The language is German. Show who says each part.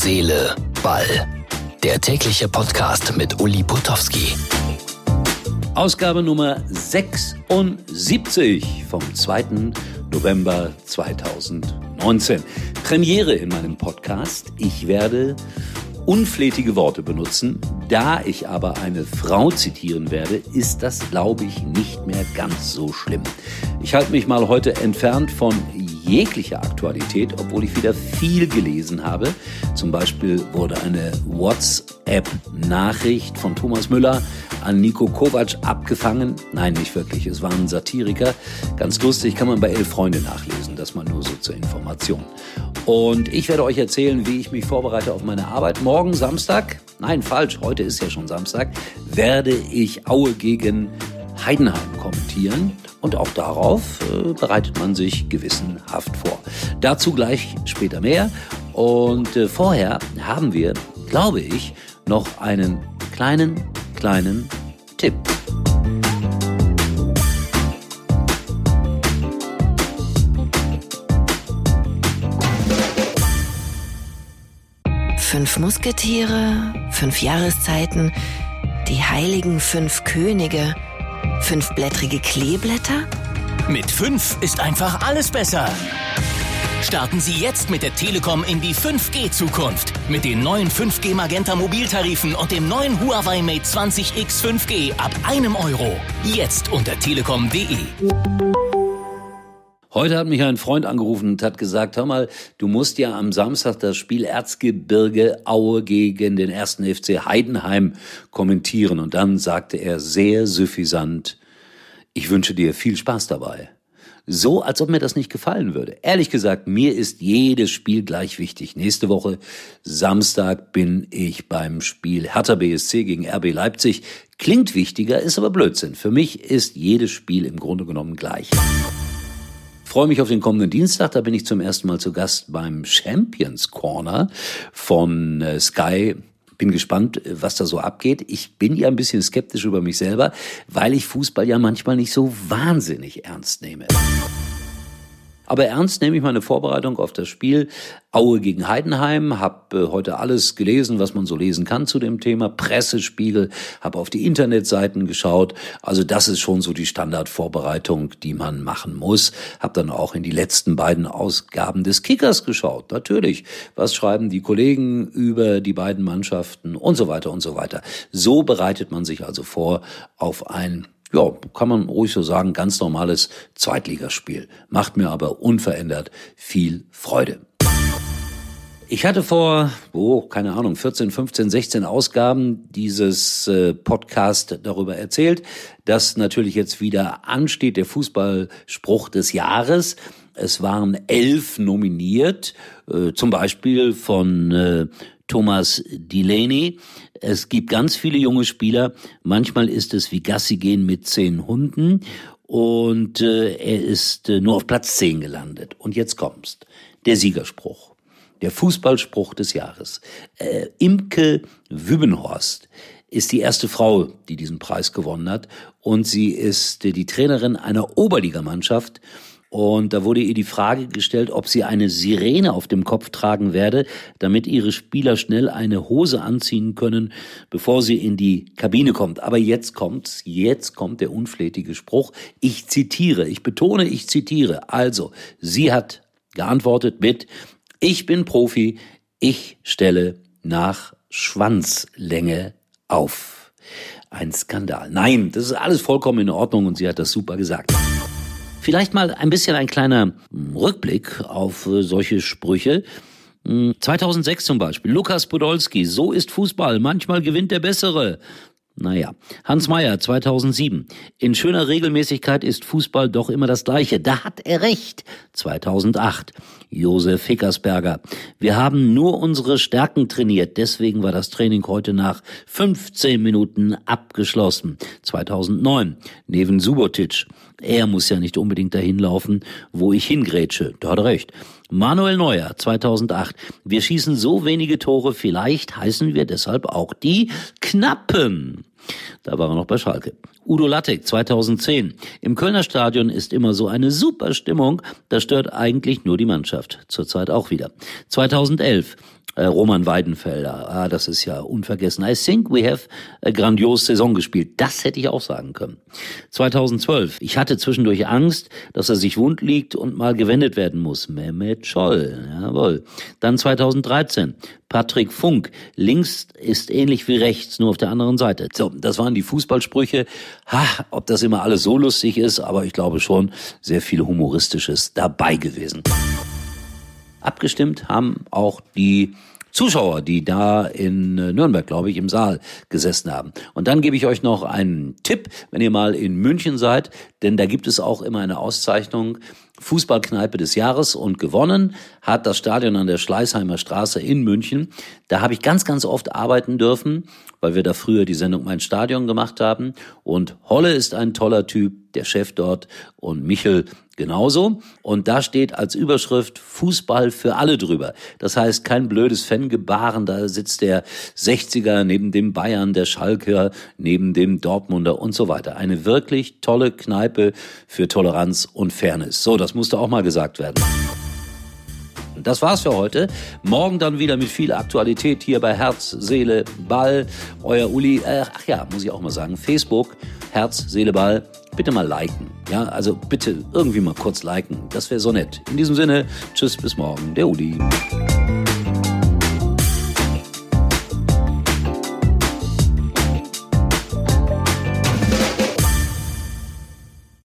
Speaker 1: Seele, Ball. Der tägliche Podcast mit Uli Putowski.
Speaker 2: Ausgabe Nummer 76 vom 2. November 2019. Premiere in meinem Podcast. Ich werde unflätige Worte benutzen. Da ich aber eine Frau zitieren werde, ist das, glaube ich, nicht mehr ganz so schlimm. Ich halte mich mal heute entfernt von jeglicher Aktualität, obwohl ich wieder viel gelesen habe. Zum Beispiel wurde eine WhatsApp-Nachricht von Thomas Müller an Nico Kovac abgefangen. Nein, nicht wirklich, es war ein Satiriker. Ganz lustig, kann man bei 11 Freunde nachlesen, das mal nur so zur Information. Und ich werde euch erzählen, wie ich mich vorbereite auf meine Arbeit. Morgen Samstag, nein, falsch, heute ist ja schon Samstag, werde ich Aue gegen Heidenheim kommentieren. Und auch darauf bereitet man sich gewissenhaft vor. Dazu gleich später mehr. Und vorher haben wir, glaube ich, noch einen kleinen Tipp.
Speaker 3: Fünf Musketiere, 5 Jahreszeiten, die heiligen 5 Könige, 5-blättrige Kleeblätter?
Speaker 4: Mit 5 ist einfach alles besser. Starten Sie jetzt mit der Telekom in die 5G-Zukunft. Mit den neuen 5G Magenta Mobiltarifen und dem neuen Huawei Mate 20X 5G ab €1. Jetzt unter telekom.de.
Speaker 2: Heute hat mich ein Freund angerufen und hat gesagt, hör mal, du musst ja am Samstag das Spiel Erzgebirge Aue gegen den 1. FC Heidenheim kommentieren. Und dann sagte er sehr suffisant, ich wünsche dir viel Spaß dabei. So, als ob mir das nicht gefallen würde. Ehrlich gesagt, mir ist jedes Spiel gleich wichtig. Nächste Woche, Samstag, bin ich beim Spiel Hertha BSC gegen RB Leipzig. Klingt wichtiger, ist aber Blödsinn. Für mich ist jedes Spiel im Grunde genommen gleich. Ich freue mich auf den kommenden Dienstag, da bin ich zum ersten Mal zu Gast beim Champions Corner von Sky. Bin gespannt, was da so abgeht. Ich bin ja ein bisschen skeptisch über mich selber, weil ich Fußball ja manchmal nicht so wahnsinnig ernst nehme. Aber ernst nehme ich meine Vorbereitung auf das Spiel Aue gegen Heidenheim, habe heute alles gelesen, was man so lesen kann zu dem Thema, Pressespiegel, habe auf die Internetseiten geschaut, also das ist schon so die Standardvorbereitung, die man machen muss. Habe dann auch in die letzten beiden Ausgaben des Kickers geschaut, natürlich, was schreiben die Kollegen über die beiden Mannschaften und so weiter und so weiter. So bereitet man sich also vor auf ein, ja, kann man ruhig so sagen, ganz normales Zweitligaspiel. Macht mir aber unverändert viel Freude. Ich hatte vor, 14, 15, 16 Ausgaben dieses Podcast darüber erzählt, dass natürlich jetzt wieder ansteht der Fußballspruch des Jahres. Es waren 11 nominiert, zum Beispiel von Thomas Delaney. Es gibt ganz viele junge Spieler. Manchmal ist es wie Gassi gehen mit 10 Hunden. Und er ist nur auf Platz 10 gelandet. Und jetzt kommt's. Der Siegerspruch. Der Fußballspruch des Jahres. Imke Wübbenhorst ist die erste Frau, die diesen Preis gewonnen hat. Und sie ist die Trainerin einer Oberligamannschaft. Und da wurde ihr die Frage gestellt, ob sie eine Sirene auf dem Kopf tragen werde, damit ihre Spieler schnell eine Hose anziehen können, bevor sie in die Kabine kommt. Aber jetzt kommt der unflätige Spruch. Ich zitiere, ich betone, ich zitiere. Also, sie hat geantwortet mit, ich bin Profi, ich stelle nach Schwanzlänge auf. Ein Skandal. Nein, das ist alles vollkommen in Ordnung und sie hat das super gesagt. Vielleicht mal ein bisschen ein kleiner Rückblick auf solche Sprüche. 2006 zum Beispiel, Lukas Podolski, so ist Fußball, manchmal gewinnt der Bessere. Naja, Hans Meyer 2007, in schöner Regelmäßigkeit ist Fußball doch immer das Gleiche. Da hat er recht. 2008, Josef Hickersberger, wir haben nur unsere Stärken trainiert, deswegen war das Training heute nach 15 Minuten abgeschlossen. 2009, Neven Subotic, er muss ja nicht unbedingt dahin laufen, wo ich hingrätsche. Da hat er recht. Manuel Neuer, 2008. Wir schießen so wenige Tore, vielleicht heißen wir deshalb auch die Knappen. Da war er noch bei Schalke. Udo Lattek, 2010. Im Kölner Stadion ist immer so eine super Stimmung. Das stört eigentlich nur die Mannschaft. Zurzeit auch wieder. 2011. Roman Weidenfelder, das ist ja unvergessen. I think we have a grandios Saison gespielt. Das hätte ich auch sagen können. 2012, ich hatte zwischendurch Angst, dass er sich wund liegt und mal gewendet werden muss. Mehmet Scholl, jawohl. Dann 2013, Patrick Funk, links ist ähnlich wie rechts, nur auf der anderen Seite. So, das waren die Fußballsprüche. Ob das immer alles so lustig ist, aber ich glaube schon sehr viel Humoristisches dabei gewesen. Abgestimmt haben auch die Zuschauer, die da in Nürnberg, glaube ich, im Saal gesessen haben. Und dann gebe ich euch noch einen Tipp, wenn ihr mal in München seid, denn da gibt es auch immer eine Auszeichnung, Fußballkneipe des Jahres, und gewonnen hat das Stadion an der Schleißheimer Straße in München. Da habe ich ganz, ganz oft arbeiten dürfen, weil wir da früher die Sendung Mein Stadion gemacht haben. Und Holle ist ein toller Typ, der Chef dort, und Michel genauso. Und da steht als Überschrift Fußball für alle drüber. Das heißt, kein blödes Fangebaren, da sitzt der 60er neben dem Bayern, der Schalker neben dem Dortmunder und so weiter. Eine wirklich tolle Kneipe für Toleranz und Fairness. So, das musste auch mal gesagt werden. Das war's für heute. Morgen dann wieder mit viel Aktualität hier bei Herz, Seele, Ball. Euer Uli, muss ich auch mal sagen, Facebook, Herz, Seele, Ball. Bitte mal liken. Ja, also bitte irgendwie mal kurz liken. Das wäre so nett. In diesem Sinne, tschüss, bis morgen. Der Uli.